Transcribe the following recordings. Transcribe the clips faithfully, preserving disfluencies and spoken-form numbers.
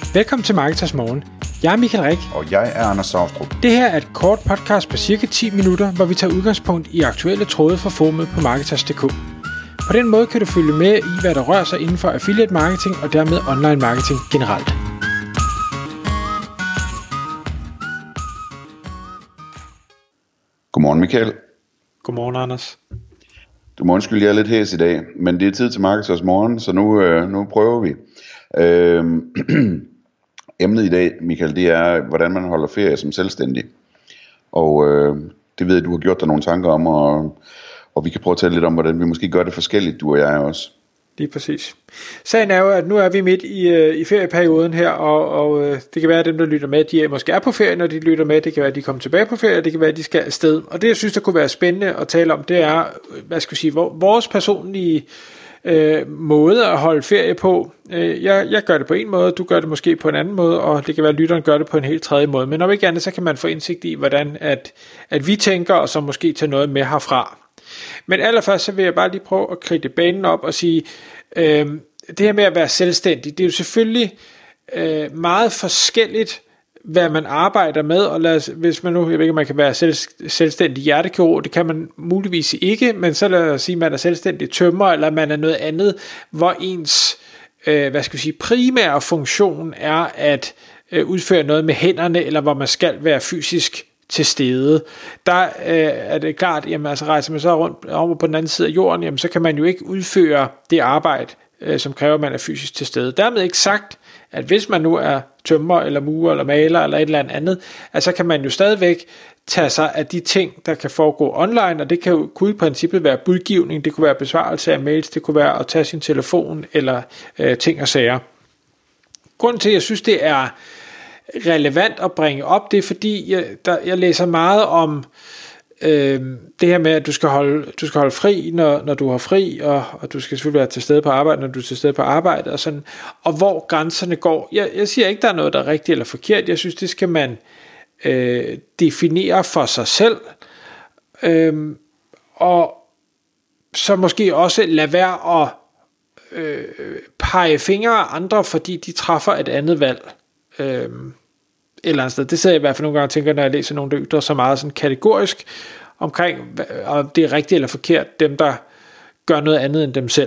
Velkommen til Marketers Morgen. Jeg er Michael Rik. Og jeg er Anders Saustrup. Det her er et kort podcast på cirka ti minutter, hvor vi tager udgangspunkt i aktuelle tråde fra forumet på Marketers punktum d k. På den måde kan du følge med i, hvad der rører sig inden for affiliate marketing og dermed online marketing generelt. Godmorgen Michael. Godmorgen Anders. Du må undskylde, jeg er lidt hæs i dag, men det er tid til Marketers Morgen, så nu, øh, nu prøver vi. Øh, emnet i dag, Michael, det er, hvordan man holder ferie som selvstændig. Og øh, det ved jeg, du har gjort dig nogle tanker om, og, og vi kan prøve at tale lidt om, hvordan vi måske gør det forskelligt, du og jeg også. Lige præcis. Sagen er jo, at nu er vi midt i, øh, i ferieperioden her, og, og øh, det kan være, at dem, der lytter med, de er måske er på ferie, når de lytter med. Det kan være, at de kommer tilbage på ferie, det kan være, at de skal afsted. Og det, jeg synes, der kunne være spændende at tale om, det er, hvad skal vi sige, vores personlige øh, måde at holde ferie på. Øh, jeg, jeg gør det på en måde, du gør det måske på en anden måde, og det kan være, at lytteren gør det på en helt tredje måde. Men om ikke andet, så kan man få indsigt i, hvordan at, at vi tænker, og så måske tage noget med herfra. Men allerførst så vil jeg bare lige prøve at kridte banen op og sige, øh, det her med at være selvstændig, det er jo selvfølgelig øh, meget forskelligt, hvad man arbejder med, og lad os, hvis man nu, jeg ved ikke, om man kan være selv, selvstændig hjertekirurg, det kan man muligvis ikke, men så lad os sige, at man er selvstændig tømrer, eller man er noget andet, hvor ens, øh, hvad skal vi sige, primære funktion er at øh, udføre noget med hænderne, eller hvor man skal være fysisk til stede. Der øh, er det klart, jamen altså rejser man så rundt over på den anden side af jorden, jamen så kan man jo ikke udføre det arbejde, øh, som kræver, at man er fysisk til stede. Dermed ikke sagt, at hvis man nu er tømrer, eller murer, eller maler, eller et eller andet, at så kan man jo stadigvæk tage sig af de ting, der kan foregå online, og det kan jo kunne i princippet være budgivning, det kunne være besvarelse af mails, det kunne være at tage sin telefon, eller øh, ting og sager. Grunden til, at jeg synes, det er relevant at bringe op, det er fordi, jeg, der, jeg læser meget om øh, det her med, at du skal holde, du skal holde fri, når, når du har fri, og, og du skal selvfølgelig være til stede på arbejde, når du er til stede på arbejde, og sådan, og hvor grænserne går. Jeg, jeg siger ikke, der er noget, der er rigtigt eller forkert. Jeg synes, det skal man øh, definere for sig selv, øh, og så måske også lade være at øh, pege fingre af andre, fordi de træffer et andet valg. Øh, et eller andet sted. Det sidder jeg i hvert fald nogle gange og tænker, når jeg læser nogen, der ytrer så meget sådan kategorisk omkring, om det er rigtigt eller forkert, dem der gør noget andet end dem selv.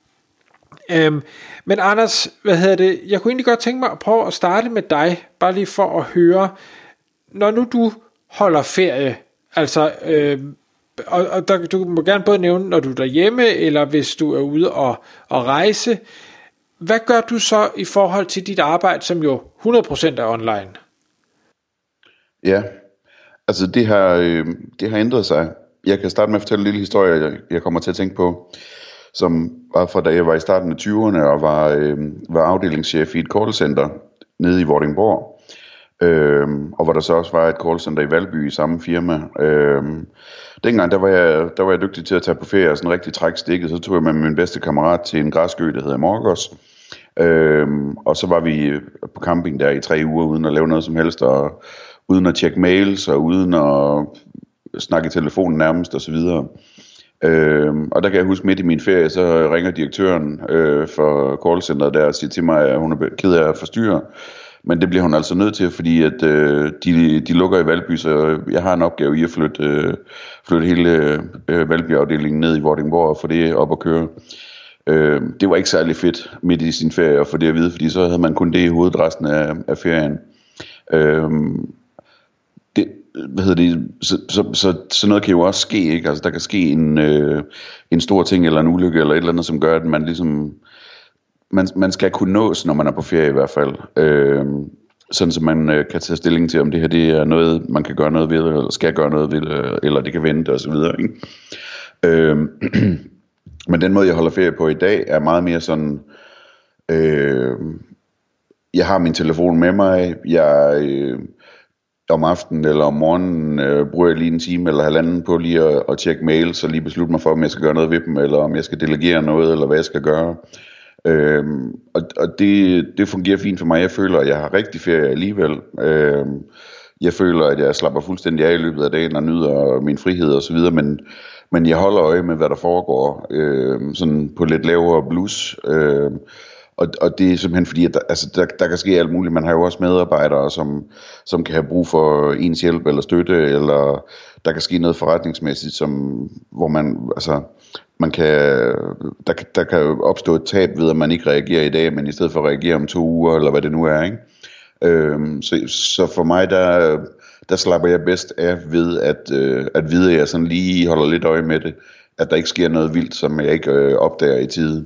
Øhm, men Anders, hvad hedder det, jeg kunne egentlig godt tænke mig at prøve at starte med dig, bare lige for at høre, når nu du holder ferie, altså, øh, og, og der, du må gerne både nævne, når du er derhjemme, eller hvis du er ude og, og rejse, hvad gør du så i forhold til dit arbejde, som jo hundrede procent er online? Ja, altså det har, øh, det har ændret sig. Jeg kan starte med at fortælle en lille historie, jeg, jeg kommer til at tænke på, som var fra da jeg var i starten af tyverne og var, øh, var afdelingschef i et callcenter nede i Vordingborg. Øh, og hvor der så også var et callcenter i Valby i samme firma. Øh, dengang der var, jeg, der var jeg dygtig til at tage på ferie og sådan rigtig træk stikket. Så tog jeg med min bedste kammerat til en græsø, der hedder Morgos. Øh, og så var vi på camping der i tre uger uden at lave noget som helst, og uden at tjekke mails, og uden at snakke i telefonen nærmest, og så videre. Øh, og der kan jeg huske, midt i min ferie, så ringer direktøren øh, for callcenteret der og siger til mig, at hun er ked af at forstyrre. Men det bliver hun altså nødt til, fordi at, øh, de, de lukker i Valby, så jeg har en opgave i at flytte, øh, flytte hele øh, Valby-afdelingen ned i Vordingborg og få det op at køre. Øh, det var ikke særlig fedt midt i sin ferie at få det at vide, fordi så havde man kun det i hovedet resten af, af ferien. Øh, det, hvad hedder det, så, så, så, så noget kan jo også ske, ikke? Altså der kan ske en, øh, en stor ting eller en ulykke eller et eller andet, som gør, at man ligesom man, man skal kunne nås, når man er på ferie i hvert fald, øh, sådan så man øh, kan tage stilling til, om det her det er noget, man kan gøre noget ved, eller skal gøre noget ved, eller det kan vente og så videre, ikke? Øh, men den måde jeg holder ferie på i dag er meget mere sådan, øh, jeg har min telefon med mig, jeg øh, om aftenen eller om morgenen øh, bruger jeg lige en time eller halvanden på lige at, at tjekke mails og lige beslutte mig for, om jeg skal gøre noget ved dem, eller om jeg skal delegere noget, eller hvad jeg skal gøre. Øhm, og og det, det fungerer fint for mig. Jeg føler, at jeg har rigtig ferie alligevel. Øhm, jeg føler, at jeg slapper fuldstændig af i løbet af dagen og nyder min frihed og så videre, men, men jeg holder øje med, hvad der foregår, øhm, sådan på lidt lavere blus. Øhm, Og, og det er simpelthen fordi, at der, altså, der, der kan ske alt muligt. Man har jo også medarbejdere, som, som kan have brug for ens hjælp eller støtte, eller der kan ske noget forretningsmæssigt, som, hvor man, altså, man kan, der, der kan opstå et tab ved, at man ikke reagerer i dag, men i stedet for at reagere om to uger, eller hvad det nu er, ikke? Øhm, så, så for mig, der, der slapper jeg bedst af ved, at, øh, at vide, at jeg sådan lige holder lidt øje med det, at der ikke sker noget vildt, som jeg ikke øh, opdager i tide.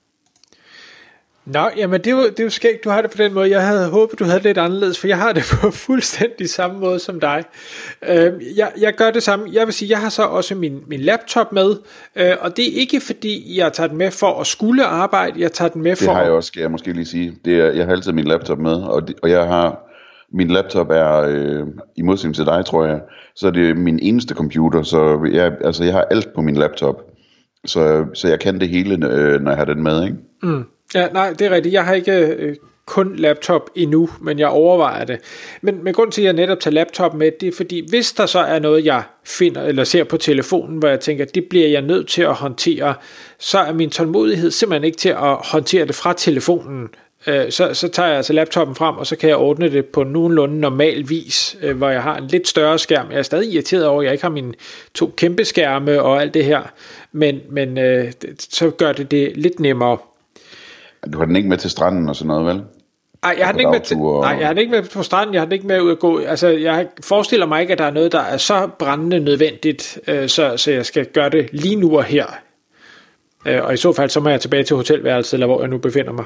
Nå, jamen det er, jo, det er jo skægt, du har det på den måde. Jeg havde håbet, du havde det lidt anderledes, for jeg har det på fuldstændig samme måde som dig. Øh, jeg, jeg gør det samme. Jeg vil sige, jeg har så også min, min laptop med, øh, og det er ikke fordi, jeg tager den med for at skulle arbejde, jeg tager den med for... Det har jeg også, skal jeg måske lige sige. Det er, jeg har altid min laptop med, og, det, og jeg har... Min laptop er, øh, i modsætning til dig, tror jeg, så er det min eneste computer, så jeg, altså, jeg har alt på min laptop. Så, så jeg kan det hele, øh, når jeg har den med, ikke? Mm. Ja, nej, det er rigtigt. Jeg har ikke øh, kun laptop endnu, men jeg overvejer det. Men, men grund til, at jeg netop tager laptop med, det er fordi, hvis der så er noget, jeg finder eller ser på telefonen, hvor jeg tænker, det bliver jeg nødt til at håndtere, så er min tålmodighed simpelthen ikke til at håndtere det fra telefonen. Så, så tager jeg altså laptoppen frem, og så kan jeg ordne det på nogenlunde normal vis, hvor jeg har en lidt større skærm. Jeg er stadig irriteret over, at jeg ikke har mine to kæmpe skærme og alt det her, men, men øh, så gør det det lidt nemmere. Du har den ikke med til stranden og sådan noget, vel? Ej, jeg har den ikke med til, og... nej, jeg har den ikke med på stranden, jeg har den ikke med ud at gå. Altså, jeg forestiller mig ikke, at der er noget, der er så brændende nødvendigt, øh, så, så jeg skal gøre det lige nu og her. Øh, og i så fald, så må jeg tilbage til hotelværelset, eller hvor jeg nu befinder mig.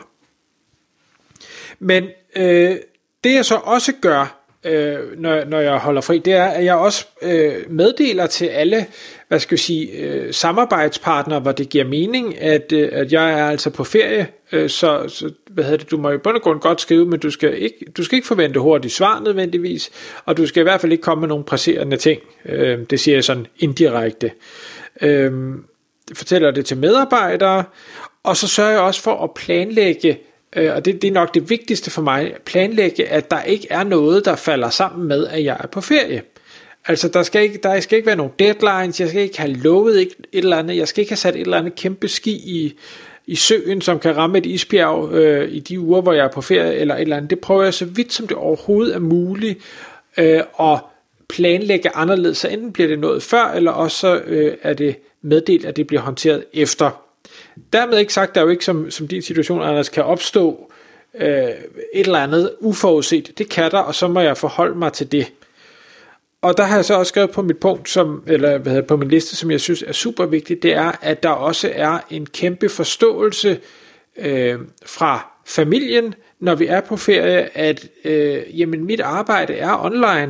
Men øh, det jeg så også gør, øh, når, når jeg holder fri, det er, at jeg også øh, meddeler til alle, hvad skal jeg sige, øh, samarbejdspartnere, hvor det giver mening, at, øh, at jeg er altså på ferie, øh, så, så hvad hedder det, du må i bund og grund godt skrive, men du skal ikke, du skal ikke forvente hurtigt svar nødvendigvis, og du skal i hvert fald ikke komme med nogle presserende ting. Øh, det siger jeg sådan indirekte. Øh, fortæller det til medarbejdere, og så sørger jeg også for at planlægge, og det, det er nok det vigtigste for mig, planlægge, at der ikke er noget, der falder sammen med, at jeg er på ferie. Altså, der skal ikke, der skal ikke være nogen deadlines, jeg skal ikke have lovet et, et eller andet, jeg skal ikke have sat et eller andet kæmpe ski i, i søen, som kan ramme et isbjerg øh, i de uger, hvor jeg er på ferie, eller et eller andet. Det prøver jeg så vidt, som det overhovedet er muligt, øh, at planlægge anderledes, så enten bliver det noget før, eller også øh, er det meddelt, at det bliver håndteret efter. Dermed ikke sagt, der er jo ikke som, som din situation, Anders, kan opstå øh, et eller andet uforudset. Det kan der, og så må jeg forholde mig til det. Og der har jeg så også skrevet på mit punkt, som, eller hvad hedder, på min liste, som jeg synes er super vigtigt, det er, at der også er en kæmpe forståelse øh, fra familien, når vi er på ferie, at øh, jamen, mit arbejde er online,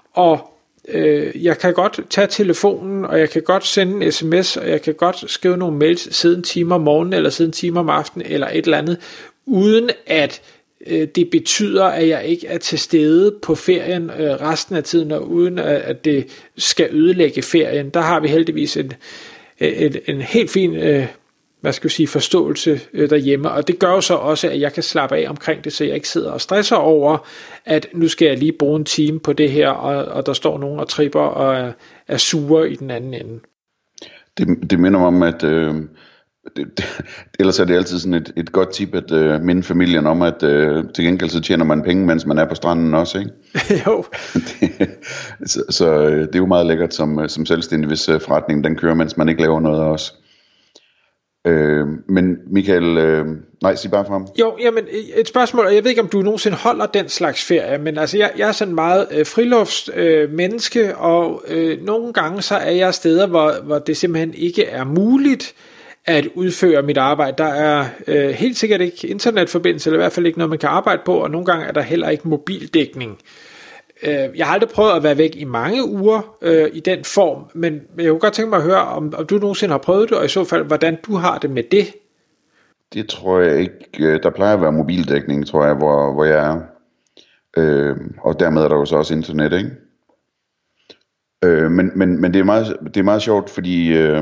og Øh, jeg kan godt tage telefonen, og jeg kan godt sende en sms, og jeg kan godt skrive nogle mails siden timer om morgenen, eller siden timer om aftenen, eller et eller andet, uden at øh, det betyder, at jeg ikke er til stede på ferien øh, resten af tiden, og uden at, at det skal ødelægge ferien. Der har vi heldigvis en, en, en helt fin øh, hvad skal jeg sige, forståelse øh, derhjemme, og det gør jo så også, at jeg kan slappe af omkring det, så jeg ikke sidder og stresser over, at nu skal jeg lige bruge en time på det her, og, og der står nogen og tripper og er, er sure i den anden ende. Det, det minder mig om, at øh, det, det, ellers er det altid sådan et, et godt tip, at øh, minde familien om, at øh, til gengæld så tjener man penge, mens man er på stranden også, ikke? Jo. det, så så øh, det er jo meget lækkert som, som selvstændig, hvis øh, forretningen den kører, mens man ikke laver noget også. Øh, men Michael, øh, nej, sig bare frem. Jo, jamen et spørgsmål, og jeg ved ikke, om du nogensinde holder den slags ferie, men altså jeg, jeg er sådan meget øh, frilufts øh, menneske, og øh, nogle gange så er jeg steder, hvor, hvor det simpelthen ikke er muligt at udføre mit arbejde. Der er øh, helt sikkert ikke internetforbindelse, eller i hvert fald ikke noget, man kan arbejde på, og nogle gange er der heller ikke mobildækning. Jeg har aldrig prøvet at være væk i mange uger øh, i den form, men jeg kunne godt tænke mig at høre, om, om du nogensinde har prøvet det, og i så fald, hvordan du har det med det. Det tror jeg ikke. Der plejer at være mobildækning, tror jeg, hvor, hvor jeg er. Øh, og dermed er der jo så også internet, ikke? Øh, men men, men det, er meget, det er meget sjovt, fordi øh,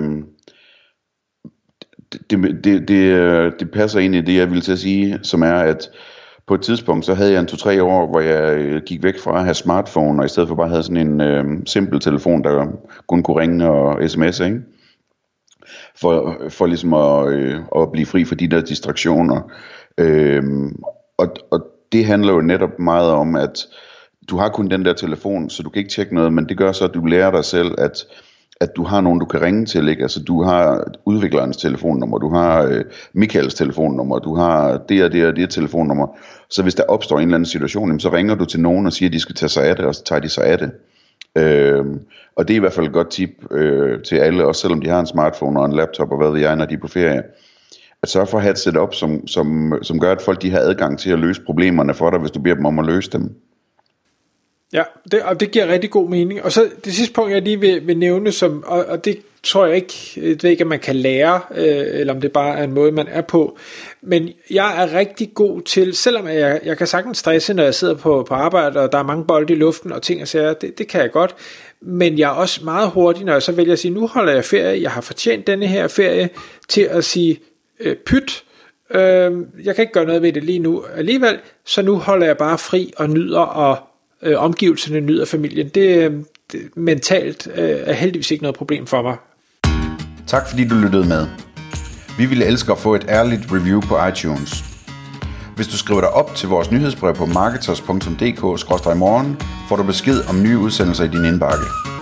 det, det, det, det passer ind i det, jeg ville til at sige, som er, at på et tidspunkt, så havde jeg en to-tre år, hvor jeg gik væk fra at have smartphone, og i stedet for bare havde sådan en øh, simpel telefon, der kun kunne ringe og sms'e, ikke? For, for ligesom at, øh, at blive fri for de der distraktioner. Øhm, og, og det handler jo netop meget om, at du har kun den der telefon, så du kan ikke tjekke noget, men det gør så, at du lærer dig selv, at at du har nogen, du kan ringe til, ikke? Altså du har udviklerens telefonnummer, du har øh, Michaels telefonnummer, du har det og det og det telefonnummer. Så hvis der opstår en eller anden situation, jamen, så ringer du til nogen og siger, at de skal tage sig af det, og så tager de sig af det. Øh, og det er i hvert fald et godt tip øh, til alle, også selvom de har en smartphone og en laptop og hvad ved jeg, når de er på ferie. At sørge for at have et setup, som, som, som gør, at folk de har adgang til at løse problemerne for dig, hvis du beder dem om at løse dem. Ja, det, og det giver rigtig god mening. Og så det sidste punkt, jeg lige vil, vil nævne, som, og, og det tror jeg ikke, jeg ved ikke, at man kan lære, øh, eller om det bare er en måde, man er på. Men jeg er rigtig god til, selvom jeg, jeg kan sagtens stresse, når jeg sidder på, på arbejde, og der er mange bolde i luften og ting og sager, det, det kan jeg godt. Men jeg er også meget hurtig, når jeg så vælger at sige, nu holder jeg ferie, jeg har fortjent denne her ferie, til at sige, øh, pyt, øh, jeg kan ikke gøre noget ved det lige nu alligevel, så nu holder jeg bare fri og nyder og Øh, omgivelserne nyder familien. Det, det mentalt øh, er heldigvis ikke noget problem for mig. Tak fordi du lyttede med. Vi ville elske at få et ærligt review på iTunes. Hvis du skriver dig op til vores nyhedsbrev på marketers punktum d k skråstreg morgen, får du besked om nye udsendelser i din indbakke.